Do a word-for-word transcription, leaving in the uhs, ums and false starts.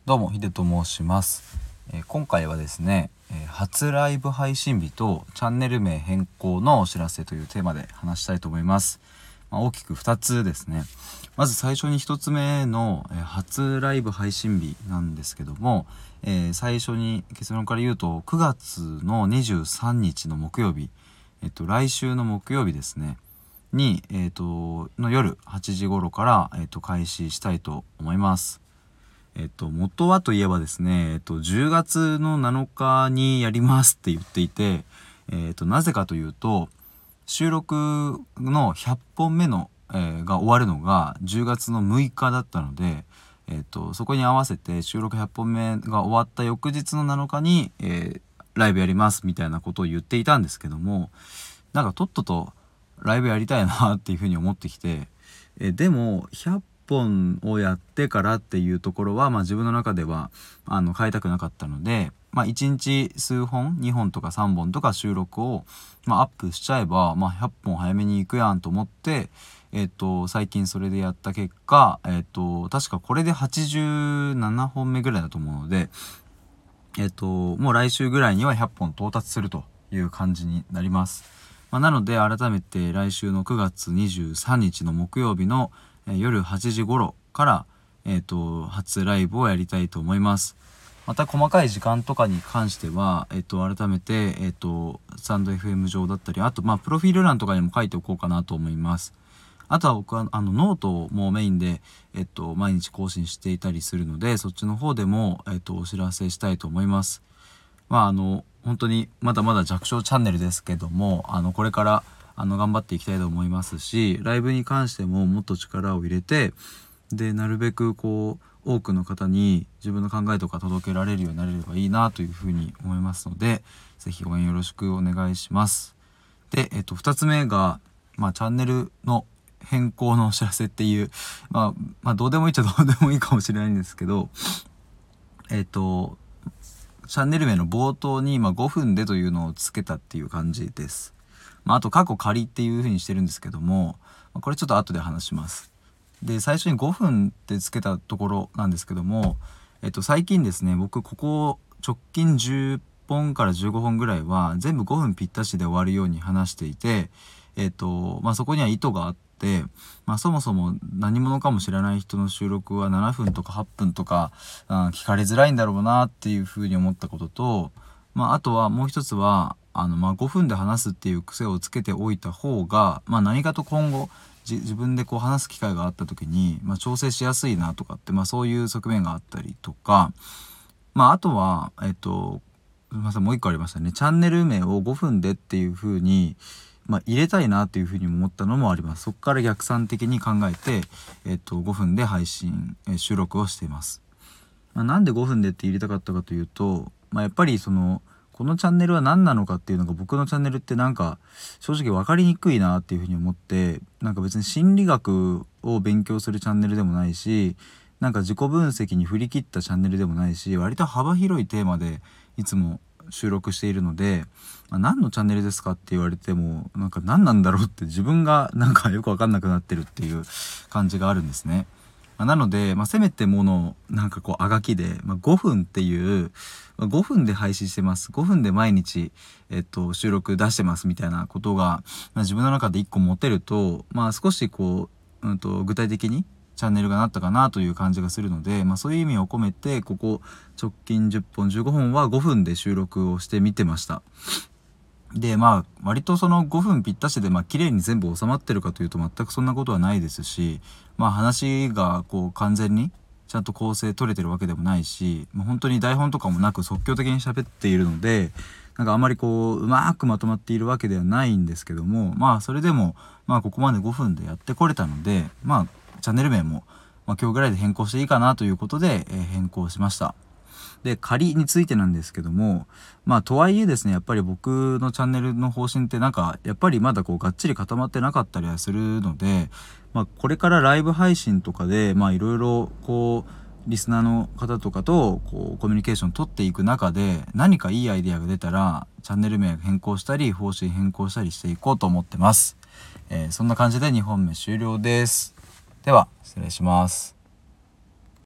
どうもヒデと申します、えー、今回はですね、えー、初ライブ配信日とチャンネル名変更のお知らせというテーマで話したいと思います。まあ、大きくふたつですね。まず最初にひとつめの、えー、初ライブ配信日なんですけども、えー、最初に結論から言うとくがつのにじゅうさんにちの木曜日、えっと来週の木曜日ですねに、えー、との夜はちじ頃から、えー、と開始したいと思います。えっと、元はといえばですね、えっと、じゅうがつのなのかにやりますって言っていて、えっと、なぜかというと、収録のひゃっぽんめの、えーが終わるのがじゅうがつのむいかだったので、えっと、そこに合わせて収録ひゃっぽんめが終わった翌日のなのかに、えーライブやりますみたいなことを言っていたんですけども、なんかとっととライブやりたいなっていうふうに思ってきて、えでもひゃっぽんをやってからっていうところは、まあ、自分の中ではあの変えたくなかったので、まあ、いちにち数本にほんとかさんぼんとか収録を、まあ、アップしちゃえば、まあ、ひゃっぽん早めに行くやんと思って、えっと最近それでやった結果、えっと確かこれではちじゅうななほんめぐらいだと思うので、えっともう来週ぐらいにはひゃっぽん到達するという感じになります。まあ、なので改めて来週のくがつにじゅうさんにちの木曜日の、えー、夜はちじ頃から、えー、と初ライブをやりたいと思います。また細かい時間とかに関しては、えー、と改めて、えー、とスタンド エフエム 上だったり、あとまあプロフィール欄とかにも書いておこうかなと思います。あとは僕はあのノートもメインで、えっと、毎日更新していたりするので、そっちの方でも、えっと、お知らせしたいと思います。まああの本当にまだまだ弱小チャンネルですけども、あのこれからあの頑張っていきたいと思いますし、ライブに関してももっと力を入れて、でなるべくこう多くの方に自分の考えとか届けられるようになれればいいなというふうに思いますので、ぜひ応援よろしくお願いします。で、えっと、ふたつめが、まあ、チャンネルの変更のお知らせっていう、まあ、まあどうでもいいっちゃどうでもいいかもしれないんですけど、えっとチャンネル名の冒頭に、まあ、ごふんでというのをつけたっていう感じです。まあ、あと過去仮っていう風にしてるんですけども、まあ、これちょっと後で話します。で、最初にごふんってつけたところなんですけども、えっと、最近ですね、僕ここ直近じゅっぽんからじゅうごほんぐらいは全部ごふんぴったしで終わるように話していて、えっと、まあ、そこには意図があって、まあ、そもそも何者かも知らない人の収録はななふんとかはっぷんとか、うん、聞かれづらいんだろうなっていうふうに思ったことと、まあ、あとはもう一つは、あの、まあ、ごふんで話すっていう癖をつけておいた方が、まあ、何かと今後、自分でこう話す機会があった時に、まあ、調整しやすいなとかって、まあ、そういう側面があったりとか、まあ、あとは、えっと、すみません、もう一個ありましたね。チャンネル名をごふんでっていう風に、まあ、入れたいなっていう風に思ったのもあります。そこから逆算的に考えて、えっと、ごふんで配信、えー収録をしています。まあ、なんでごふんでって入れたかったかというと、まあ、やっぱりその、このチャンネルは何なのかっていうのが僕のチャンネルってなんか正直分かりにくいなっていうふうに思って、なんか別に心理学を勉強するチャンネルでもないし、なんか自己分析に振り切ったチャンネルでもないし、割と幅広いテーマでいつも収録しているので、まあ、何のチャンネルですかって言われてもなんか何なんだろうって自分がなんかよく分かんなくなってるっていう感じがあるんですね。まあ、なので、まあ、せめてものなんかこうあがきで、まあ、ごふんっていう、まあ、ごふんで配信してますごふんで毎日、えっと、収録出してますみたいなことが、まあ、自分の中で一個持てると、まあ、少しこう、うんと、具体的にチャンネルがなったかなという感じがするので、まあ、そういう意味を込めてここ直近じゅっぽんじゅうごほんはごふんで収録をしてみてました。でまあ割とそのごふんぴったしでまあ綺麗に全部収まってるかというと全くそんなことはないですし、まあ話がこう完全にちゃんと構成取れてるわけでもないし、もう本当に台本とかもなく即興的に喋っているので、なんかあんまりこううまくまとまっているわけではないんですけども、まあそれでもまあここまでごふんでやってこれたので、まあチャンネル名もまあ今日ぐらいで変更していいかなということで、えー変更しました。で、仮についてなんですけども、まあとはいえですね、やっぱり僕のチャンネルの方針ってなんかやっぱりまだこうがっちり固まってなかったりはするので、まあこれからライブ配信とかでまあいろいろこうリスナーの方とかとこうコミュニケーション取っていく中で、何かいいアイデアが出たらチャンネル名変更したり方針変更したりしていこうと思ってます。えーそんな感じでにほんめ終了です。では失礼します。